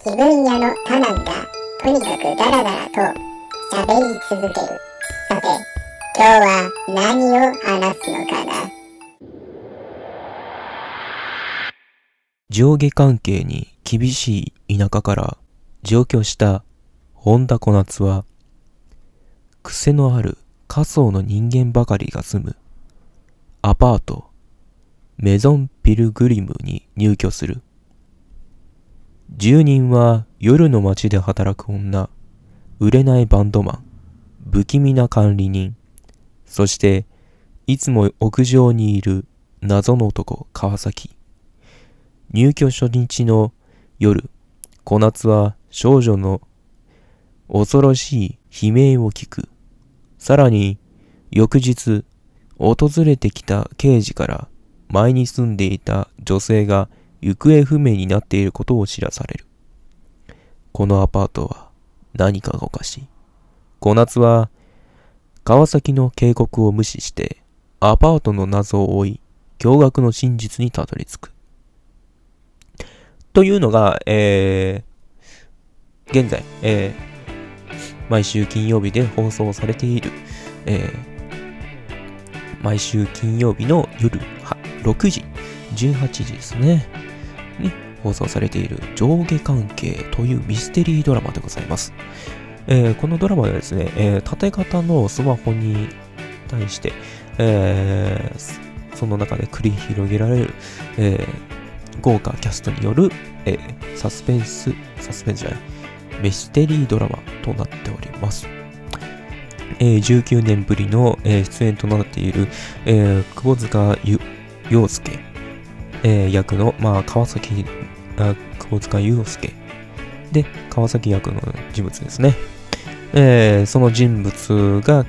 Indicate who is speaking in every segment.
Speaker 1: 気分屋のカナンがとにかくダラダラと喋り続ける。さて、今日は何を話すのかな。
Speaker 2: 上下関係に厳しい田舎から上京した本田小夏は、癖のある家相の人間ばかりが住むアパートメゾンピルグリムに入居する。住人は夜の街で働く女、売れないバンドマン、不気味な管理人、そしていつも屋上にいる謎の男川崎。入居初日の夜、小夏は少女の恐ろしい悲鳴を聞く。さらに翌日、訪れてきた刑事から前に住んでいた女性が行方不明になっていることを知らされる。このアパートは何かがおかしい。小夏は川崎の警告を無視してアパートの謎を追い、驚愕の真実にたどり着く。というのが、現在、毎週金曜日で放送されている、毎週金曜日の夜6時、18時ですね、に放送されている上下関係というミステリードラマでございます。このドラマではですね、縦型のスマホに対して、その中で繰り広げられる、豪華キャストによる、サスペンスじゃない、ミステリードラマとなっております。19年ぶりの、出演となっている、窪塚洋介、役の、窪塚洋介で川崎役の人物ですね。その人物が、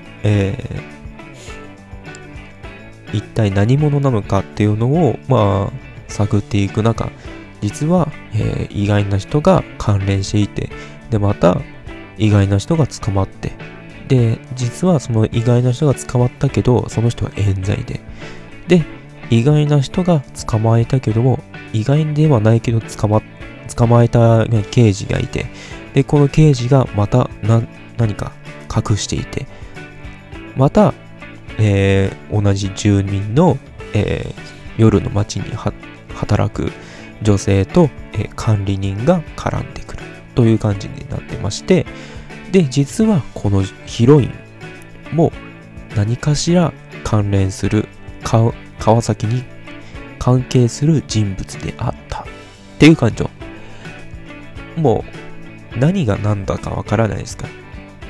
Speaker 2: 一体何者なのかっていうのを、探っていく中、実は、意外な人が関連していて、でまた意外な人が捕まって、で実はその意外な人が捕まったけどその人は冤罪で、意外な人が捕まえたけども意外ではないけど捕まえた刑事がいて、でこの刑事がまた何か隠していて、また、同じ住民の、夜の街に働く女性と、管理人が絡んでくるという感じになってまして、で実はこのヒロインも何かしら関連する川崎に関係する人物であったっていう感情。もう何が何だかわからないですから、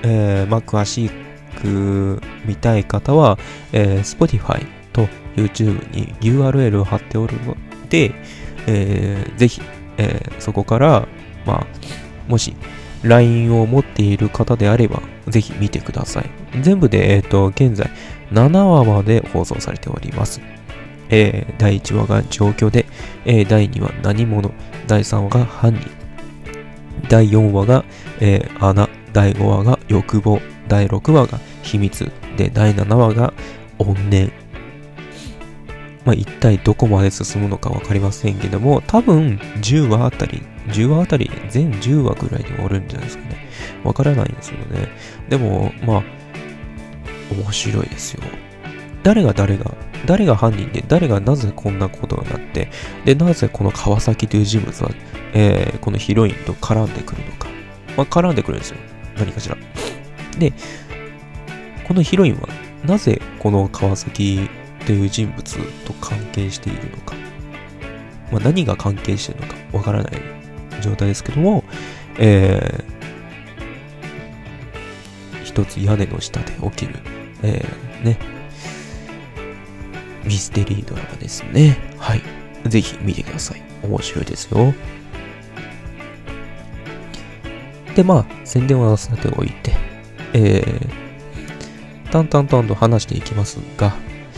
Speaker 2: 詳しく見たい方は、Spotify と YouTube に URL を貼っておるので、ぜひ、そこから、もし LINE を持っている方であればぜひ見てください。全部で、現在7話まで放送されております。第1話が状況で、第2話何者、第3話が犯人、第4話が、穴、第5話が欲望、第6話が秘密で、第7話が怨念。一体どこまで進むのかわかりませんけども、多分10話あたり全10話ぐらいに終わるんじゃないですかね。わからないんですよね。でも面白いですよ。誰が犯人で、誰がなぜこんなことになって、でなぜこの川崎という人物は、このヒロインと絡んでくるのか。絡んでくるんですよ。何かしら。でこのヒロインはなぜこの川崎という人物と関係しているのか、何が関係しているのかわからない状態ですけども、一つ屋根の下で起きる、ミステリードラマですね。はい、ぜひ見てください。面白いですよ。で宣伝はさておいて、淡々と話していきますが、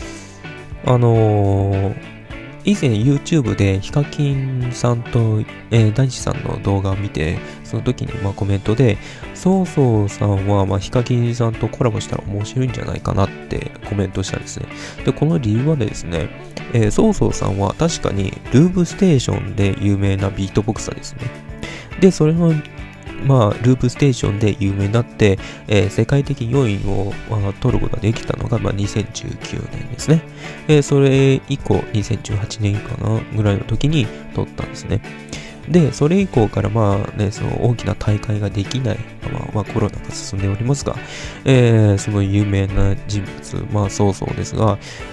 Speaker 2: 以前 YouTube でヒカキンさんと、大地さんの動画を見て、その時にコメントで、そうそうさんはヒカキンさんとコラボしたら面白いんじゃないかなってコメントしたんですね。で、この理由はですね、そうそうさんは確かにルーブステーションで有名なビートボクサーですね。 で、それのまあ、ループステーションで有名になって、世界的4位を、取ることができたのが、2019年ですね。それ以降、2018年かなぐらいの時に取ったんですね。で、それ以降からその大きな大会ができない、コロナが進んでおりますが、その有名な人物、そうですが、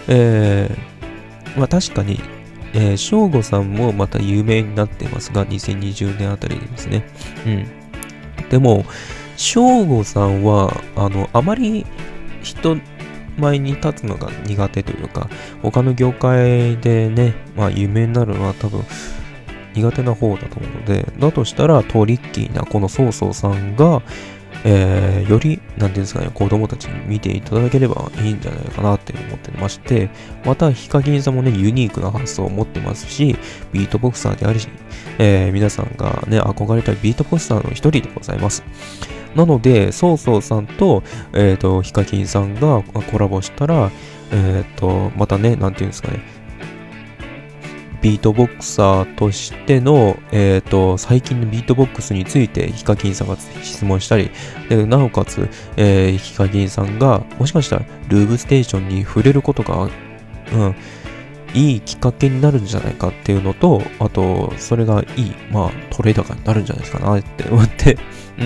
Speaker 2: 確かに、翔吾さんもまた有名になってますが、2020年あたりでですね。でも、翔吾さんは、あまり人前に立つのが苦手というか、他の業界でね、有名になるのは多分苦手な方だと思うので、だとしたらトリッキーなこのソウソウさんが、より、なんていうんですかね、子供たちに見ていただければいいんじゃないかなって思ってまして、また、ヒカキンさんもね、ユニークな発想を持ってますし、ビートボクサーであるし、皆さんがね、憧れたビートボクサーの一人でございます。なので、ソウソウさんと、ヒカキンさんがコラボしたら、またね、なんていうんですかね、ビートボクサーとしての、最近のビートボックスについてヒカキンさんが質問したり、でなおかつ、ヒカキンさんがもしかしたらルーブステーションに触れることが、いいきっかけになるんじゃないかっていうのと、あと、それがいい、トレーダーになるんじゃないですかなって思って、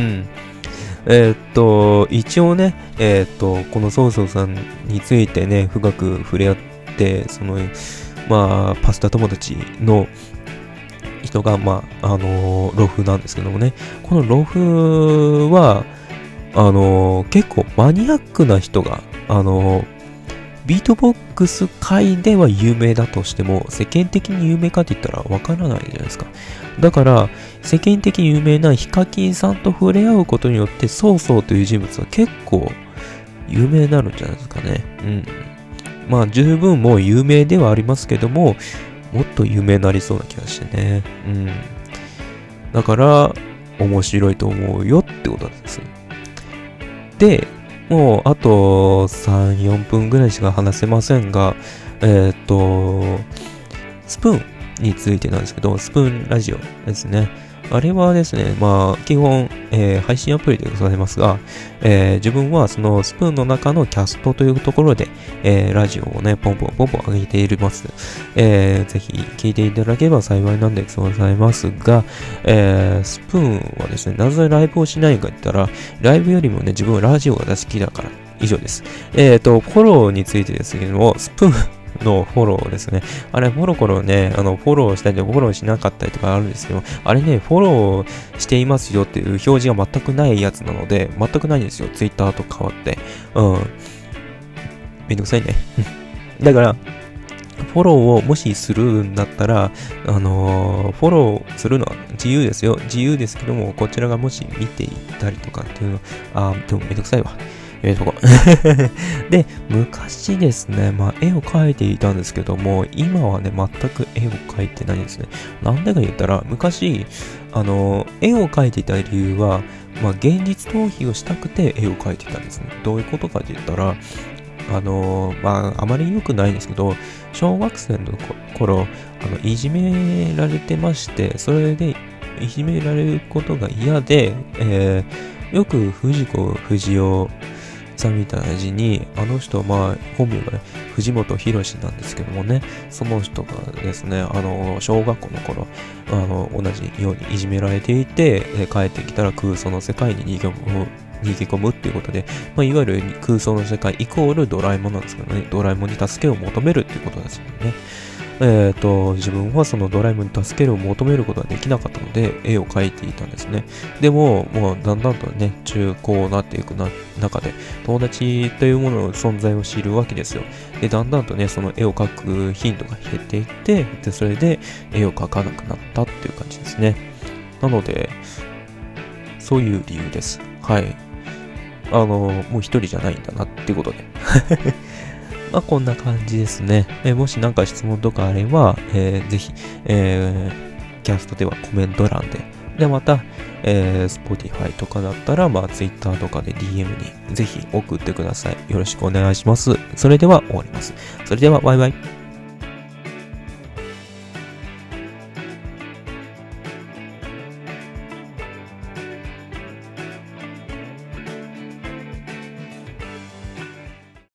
Speaker 2: 一応ね、このソウソウさんについてね、深く触れ合って、パスタ友達の人が、ロフなんですけどもね、このロフは、結構マニアックな人が、ビートボックス界では有名だとしても、世間的に有名かって言ったらわからないじゃないですか。だから、世間的に有名なヒカキンさんと触れ合うことによって、ソウソウという人物は結構有名になるんじゃないですかね。十分もう有名ではありますけども、もっと有名になりそうな気がしてね。だから、面白いと思うよってことなんです。で、もうあと3、4分ぐらいしか話せませんが、スプーンについてなんですけど、スプーンラジオですね。あれはですね、基本、配信アプリでございますが、自分はそのスプーンの中のキャストというところで、ラジオをね、ポンポン上げています。ぜひ聞いていただければ幸いなんでございますが、スプーンはですね、なぜライブをしないかって言ったら、ライブよりもね、自分はラジオが大好きだから、以上です。フォローについてですけども、スプーン、のフォローですね。あれ、フォローね、フォローしたりとかフォローしなかったりとかあるんですけど、あれね、フォローしていますよっていう表示が全くないやつなので、全くないんですよ。ツイッターと変わって。めんどくさいね。だから、フォローをもしするんだったら、フォローするのは自由ですよ。自由ですけども、こちらがもし見ていったりとかっていうの、でもめんどくさいわ。で、昔ですね、絵を描いていたんですけども、今はね、全く絵を描いてないんですね。なんでか言ったら、昔、絵を描いていた理由は、現実逃避をしたくて絵を描いていたんですね。どういうことかって言ったら、あまり良くないんですけど、小学生の頃、いじめられてまして、それで、いじめられることが嫌で、よく藤子不二雄さんみたいな字に、あの人、本名がね、藤本弘なんですけどもね、その人がですね、小学校の頃、同じようにいじめられていて、帰ってきたら空想の世界に逃げ込むっていうことで、いわゆる空想の世界イコールドラえもんなんですけどね、ドラえもんに助けを求めるっていうことですよね。自分はそのドラえもんに助けを求めることができなかったので、絵を描いていたんですね。でも、もうだんだんとね、中高になっていく中で、友達というものの存在を知るわけですよ。で、だんだんとね、その絵を描く頻度が減っていって、で、それで絵を描かなくなったっていう感じですね。なので、そういう理由です。はい。もう一人じゃないんだなっていうことで。こんな感じですね。もし何か質問とかあれば、ぜひ、キャストではコメント欄で。で、また、Spotify とかだったら、Twitter とかで DM にぜひ送ってください。よろしくお願いします。それでは終わります。それでは、バイバイ。